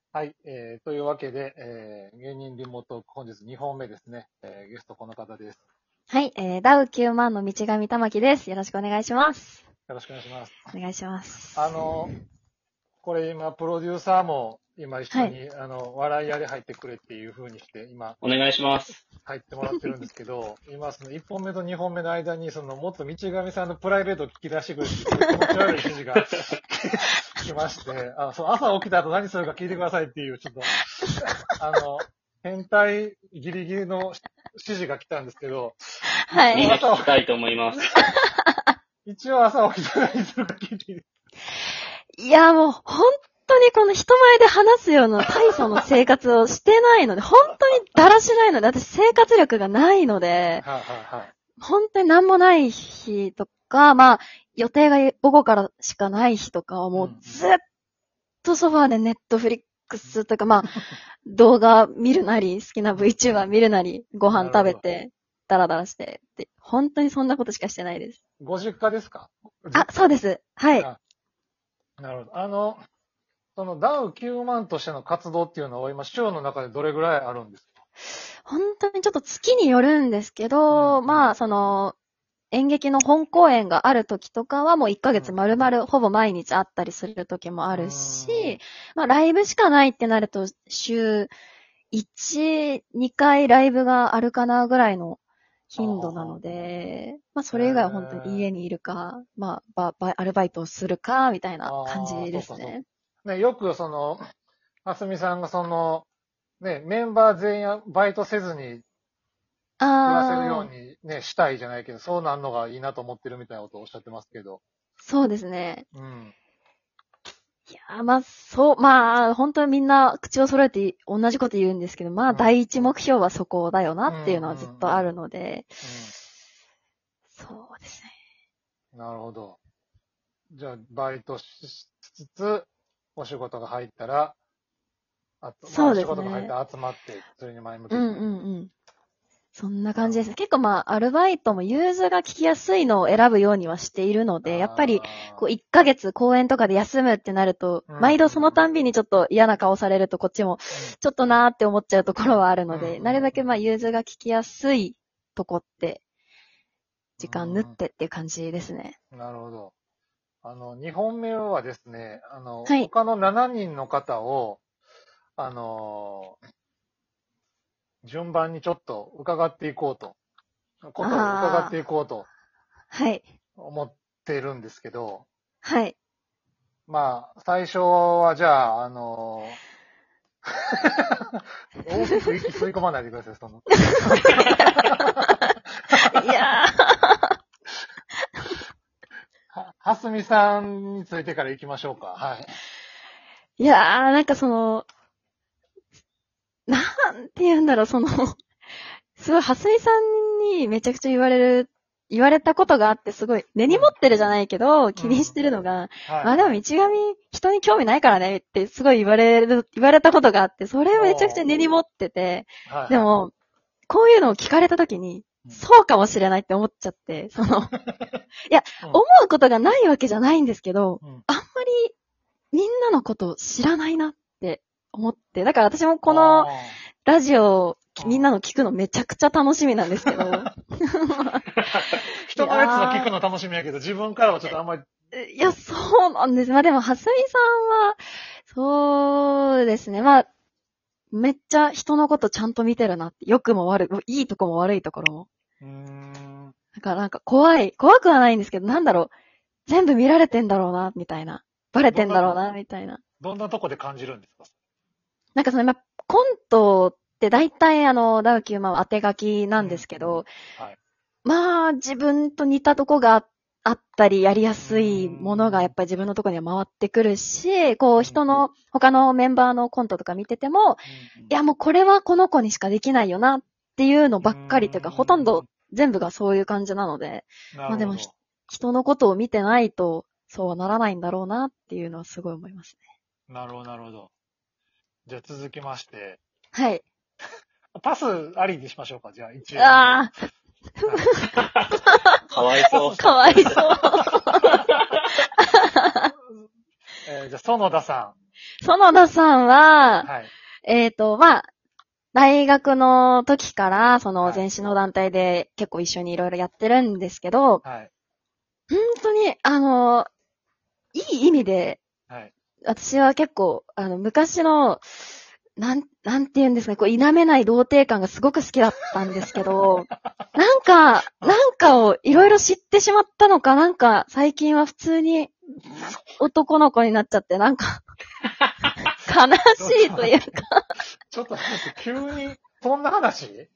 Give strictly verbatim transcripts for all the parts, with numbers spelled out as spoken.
はい、えー、というわけで、えー、芸人リモートーク本日にほんめですね、えー、ゲストこの方です。 はい、えー、ダウきゅうまんの道上玉木です。よろしくお願いします。 よろしくお願いします。 お願いします。 あの、これ今、プロデューサーも今一緒に、 はい、 あの、笑いやり入ってくれっていう風にして、今、 お願いします。 入ってもらってるんですけど、今、そのいっぽんめとにほんめの間に、その、もっと道上さんのプライベートを聞き出してくれって、すごい気持ち悪い指示が来まして、あそう朝起きた後何するか聞いてくださいっていう、ちょっと、あの、変態ギリギリの指示が来たんですけど、 はい。 みんな聞きたいと思います。 一応朝起きたら何するか聞いていいいや、もう、本当にこの人前で話すような大層の生活をしてないので、本当にだらしないので、私生活力がないので、 はいはいはい。 本当に何もない日とか、まあ、予定が午後からしかない日とかはもうずっとソファーでネットフリックスとか、まあ、動画見るなり、好きな VTuber 見るなり、ご飯食べて、ダラダラしてって、本当にそんなことしかしてないです。 ご実家ですか？ あ、そうです。はい。 あ、なるほど。あの、そのダウきゅうまんとしての活動っていうのは今、週の中でどれぐらいあるんですか？ 本当にちょっと月によるんですけど、 うん、 まあ、その、演劇の本公演がある時とかはもういっかげつ丸々ほぼ毎日あったりする時もあるし、まあライブしかないってなると週いち、にかいライブがあるかなぐらいの頻度なので、まあそれ以外は本当に家にいるか、まあバアルバイトをするかみたいな感じですね。 ね、よくその、あすみさんがその、ね、メンバー全員バイトせずに暮らせるようにね、したいじゃないけど、そうなんのがいいなと思ってるみたいなことをおっしゃってますけど。 そうですね。 うん。 いやー、まあ、そう、まあ、本当にみんな口を揃えて同じこと言うんですけど、まあ、 うん、 第一目標はそこだよなっていうのはずっとあるので、うん、そうですね。 なるほど。じゃあ、バイトしつつ、お仕事が入ったら、あと、まあ、お仕事が入ったら集まって、それに前向きに。 うんうんうん。そんな感じです。結構まあ、アルバイトも融通が聞きやすいのを選ぶようにはしているので、やっぱり、こう、いっかげつ公演とかで休むってなると、毎度そのたんびにちょっと嫌な顔されると、こっちも、ちょっとなーって思っちゃうところはあるので、なるだけまあ、融通が聞きやすいとこって、時間縫ってっていう感じですね。 なるほど。あの、にほんめはですね、あの、はい、他のしちにんの方を、あのー、順番にちょっと伺っていこうと、ことを伺っていこうと、はい。思ってるんですけど、 はい。 まあ、最初はじゃあ、あのー、大きく息吸い込まないでください、その。いやー。は、はすみさんについてから行きましょうか。はい。 いやー、なんかその、なんて言うんだろう、その、すごい、はすみさんにめちゃくちゃ言われる、言われたことがあって、すごい、根に持ってるじゃないけど、うん、気にしてるのが、うんはい、あ、でも道上、人に興味ないからねってすごい言われる、言われたことがあって、それをめちゃくちゃ根に持ってて、でも、こういうのを聞かれたときに、そうかもしれないって思っちゃって、その、いや、思うことがないわけじゃないんですけど、あんまりみんなのことを知らないなって思って、だから私もこのラジオ、みんなの聞くのめちゃくちゃ楽しみなんですけど。 人のやつの聞くの楽しみやけど、自分からはちょっとあんまり。 いや、そうなんです。まあでも、はすみさんは、そうですね。まあ、めっちゃ人のことちゃんと見てるなって。良くも悪い、いいとこも悪いところも。うーん。だからなんか怖い。怖くはないんですけど、なんだろう。全部見られてんだろうな、みたいな。バレてんだろうな、みたいな。 どんなとこで感じるんですか？ なんかその、まあ、コントって大体あの、ダウきゅうまんは当て書きなんですけど、うんはい、まあ、自分と似たとこがあったり、やりやすいものがやっぱり自分のところには回ってくるし、こう人の、他のメンバーのコントとか見てても、いやもうこれはこの子にしかできないよなっていうのばっかりというか、ほとんど全部がそういう感じなので、まあでも人のことを見てないと、そうはならないんだろうなっていうのはすごい思いますね。なるほど、なるほど。じゃあ続きまして。 はい。 パスありにしましょうか、じゃあ一応。 ああ。 かわいそう。 かわいそう。 えー、じゃあ、園田さ園田さんは、 はい。 えっと、まあ、大学の時から、そのはい前身の団体で結構一緒にいろいろやってるんですけど、 はい。 本当に、あの、いい意味で、 はい。 私は結構、あの、昔の、なん、なんて言うんですかね、こう、否めない童貞感がすごく好きだったんですけど、なんか、なんかをいろいろ知ってしまったのか、なんか、最近は普通に男の子になっちゃって、なんか、悲しいというか、 ちょっと待って、急に、そんな話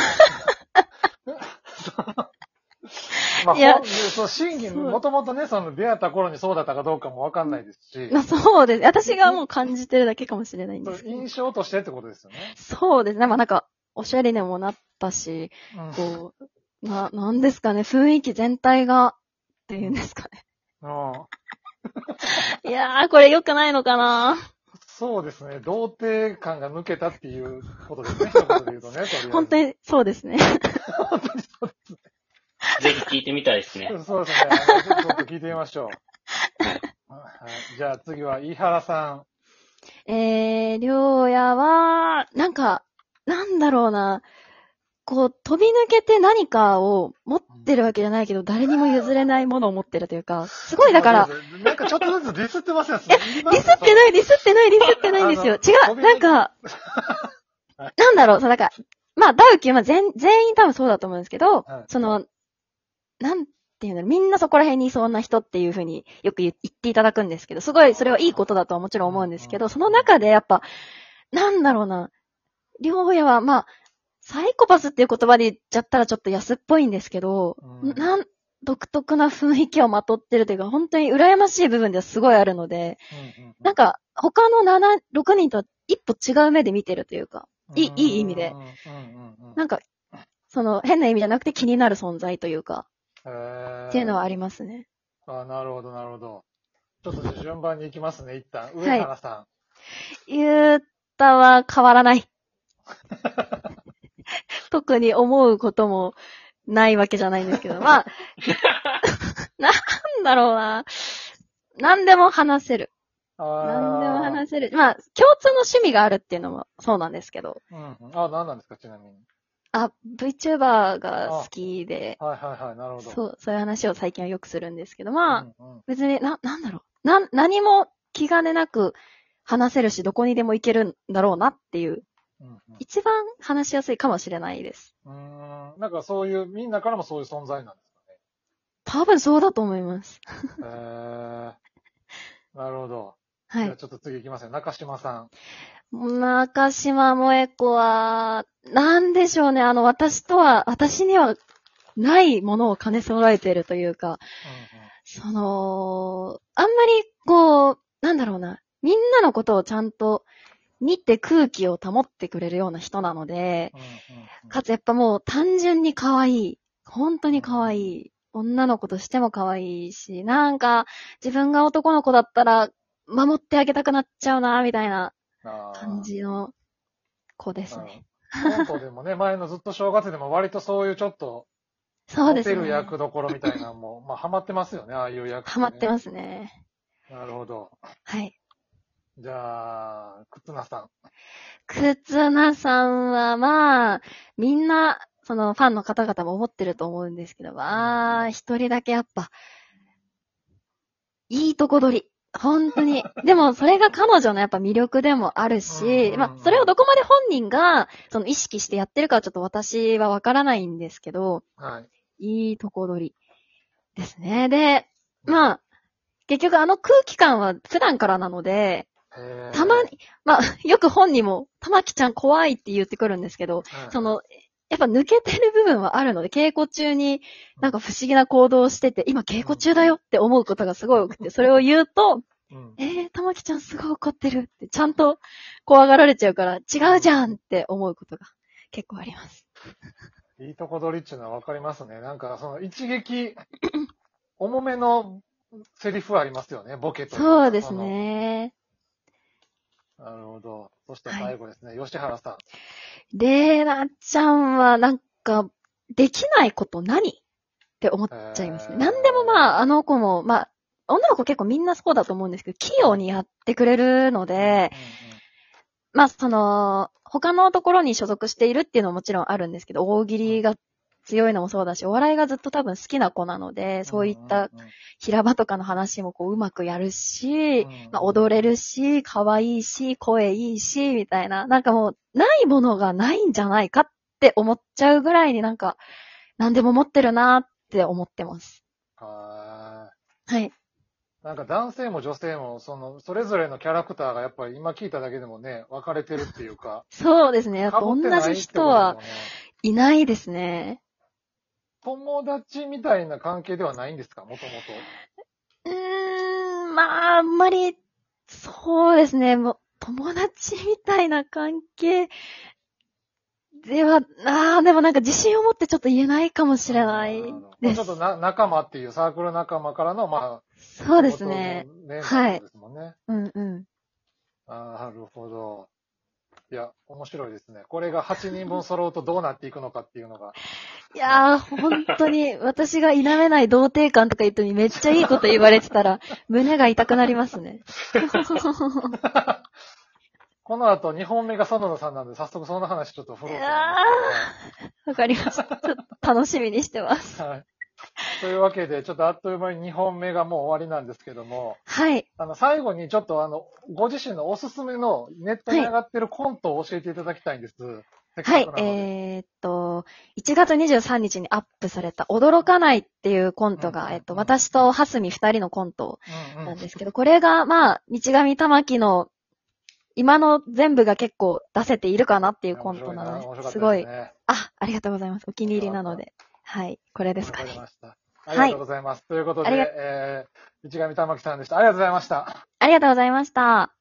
まあ、 いやほんそう、真偽、 そうもともとね、その出会った頃にそうだったかどうかもわかんないですし、 まあ、そうです。私がもう感じてるだけかもしれないんそうですけど。 印象としてってことですよね。 そうですね。まあ、なんか、おしゃれにもなったし、 うん。 こう、な、なんですかね、雰囲気全体が、っていうんですかね。 うんいやー、これ良くないのかな。 そうですね。童貞感が抜けたっていうことですね。一言で言うとね、とりあえず。 本当にそうですね。 本当にそうですね。 ぜひ聞いてみたいですね。 そうですね。あのちょっと聞いてみましょう。はい、じゃあ次は、飯原さん。 えー、りょうやは、なんか、なんだろうな。こう、飛び抜けて何かを持ってるわけじゃないけど、誰にも譲れないものを持ってるというか、すごいだから、 なんかちょっとずつディスってますよ。 ディスってない、ディスってない、ディスってないんですよ。違う、なんか、なんだろう、そう、なんか、まあ、ダウキュー、まあ、全、全員多分そうだと思うんですけど、 はいその、なんていうの、みんなそこら辺にいそうな人っていうふうによく言っていただくんですけど、すごいそれはいいことだとはもちろん思うんですけど、その中でやっぱ、なんだろうな、りょうやは、まあ、サイコパスっていう言葉で言っちゃったらちょっと安っぽいんですけど、 うんなん、独特な雰囲気をまとってるというか、本当に羨ましい部分ではすごいあるので、なんか、他のなな、ろくにんとは一歩違う目で見てるというか、いい、いい意味で。なんか、その変な意味じゃなくて気になる存在というか、っていうのはありますね。 あ、なるほど、なるほど。ちょっとじゃあ順番に行きますね、一旦。上原さん。 ゆうたは変わらない。特に思うこともないわけじゃないんですけど、まあ、なんだろうな。何でも話せる。何でも話せる。まあ、共通の趣味があるっていうのもそうなんですけど。 うん。あ、何なんですか、ちなみに。 あ、VTuber が好きで。 はいはいはい、なるほど。 そう、そういう話を最近はよくするんですけど、まあ、 うんうん、 別に、な、なんだろう。な、何も気兼ねなく話せるし、どこにでも行けるんだろうなっていう。うんうん、一番話しやすいかもしれないです。 うーん。なんかそういう、みんなからもそういう存在なんですかね。 多分そうだと思います。 へー。なるほど。 はい。 じゃあちょっと次行きますよ。中島さん。 中島萌子は、なんでしょうね。あの、私とは、私にはないものを兼ね揃えているというか、うんうん、その、あんまりこう、なんだろうな。みんなのことをちゃんと見て空気を保ってくれるような人なので、うんうんうん、かつやっぱもう単純に可愛い。本当に可愛い。女の子としても可愛いし、なんか自分が男の子だったら守ってあげたくなっちゃうな、みたいな感じの子ですね。 コントでもね、前のずっと正月でも割とそういうちょっと、 そうですね。 モテる役どころみたいなのも、まあハマってますよね、ああいう役、ね。 ハマってますね。 なるほど。 はい。 じゃあ、くつなさん。 くつなさんは、まあ、みんな、そのファンの方々も思ってると思うんですけど、まあ、一人だけやっぱ、いいとこ取り。本当に。でも、それが彼女のやっぱ魅力でもあるし、まあ、それをどこまで本人が、その意識してやってるかはちょっと私はわからないんですけど、 はい。 いいとこ取りですね。で、まあ、結局あの空気感は普段からなので、たまに、まあ、よく本人も、たまきちゃん怖いって言ってくるんですけど、その、やっぱ抜けてる部分はあるので、稽古中になんか不思議な行動をしてて、今稽古中だよって思うことがすごい多くて、それを言うと、うん、えー、たまきちゃんすごい怒ってるって、ちゃんと怖がられちゃうから、違うじゃんって思うことが結構あります。 いいとこ取りっていうのはわかりますね。なんか、その一撃、重めのセリフありますよね、ボケとか。 そうですね。 なるほど。そして最後ですね、はい、吉原さん。 レーナちゃんはなんか、できないこと何って思っちゃいますね。なんでもまあ、あの子も、まあ、 女の子結構みんなそうだと思うんですけど、器用にやってくれるので、まあ、その、他のところに所属しているっていうのももちろんあるんですけど、大喜利が強いのもそうだし、お笑いがずっと多分好きな子なので、そういった平場とかの話もこううまくやるし、まあ、踊れるし、可愛いし、声いいし、みたいな。なんかもう、ないものがないんじゃないかって思っちゃうぐらいになんか、何でも持ってるなって思ってます。 ははい。 なんか男性も女性も、その、それぞれのキャラクターがやっぱり今聞いただけでもね、分かれてるっていうか。 そうですね。やっぱ同被ってないじってことだ人はもんね。 いないですね。 友達みたいな関係ではないんですか、もともうーん、まあ、あんまり、そうですね。もう、友達みたいな関係では、ああ、でもなんか自信を持ってちょっと言えないかもしれないと。 です。 ちょっとな仲間っていうサークル仲間からの、まあ、 そうですね。 ね、 はいですもんね。 うんうん。 あーなるほど。いや、面白いですね。これがはちにんぶん揃うとどうなっていくのかっていうのが。 いやー、本当に私が否めない童貞感とか言ってめっちゃいいこと言われてたら、胸が痛くなりますね。 この後にほんめが園田さんなんで、早速その話ちょっと振ろうと思いあー、わかりました。ちょっと楽しみにしてます。 はい。というわけで、ちょっとあっという間ににほんめがもう終わりなんですけども、 はい。 あの、最後にちょっとあの、ご自身のおすすめのネットに上がってるコントを教えていただきたいんです。せっはいかくなの。でえーっと、いちがつにじゅうさんにちにアップされた驚かないっていうコントが、 うんうんうんえっと、私とハスミ二人のコントうんうんなんですけど、これが、まあ、道上玉木の今の全部が結構出せているかなっていうコントなので、 面白いな面白かったですすごい、 ね。 あ、ありがとうございます。お気に入りなので、はい、これですかね。 わかりました。ありがとうございます。ということで、 ありがえー、道上玉木さんでした。ありがとうございました。 ありがとうございました。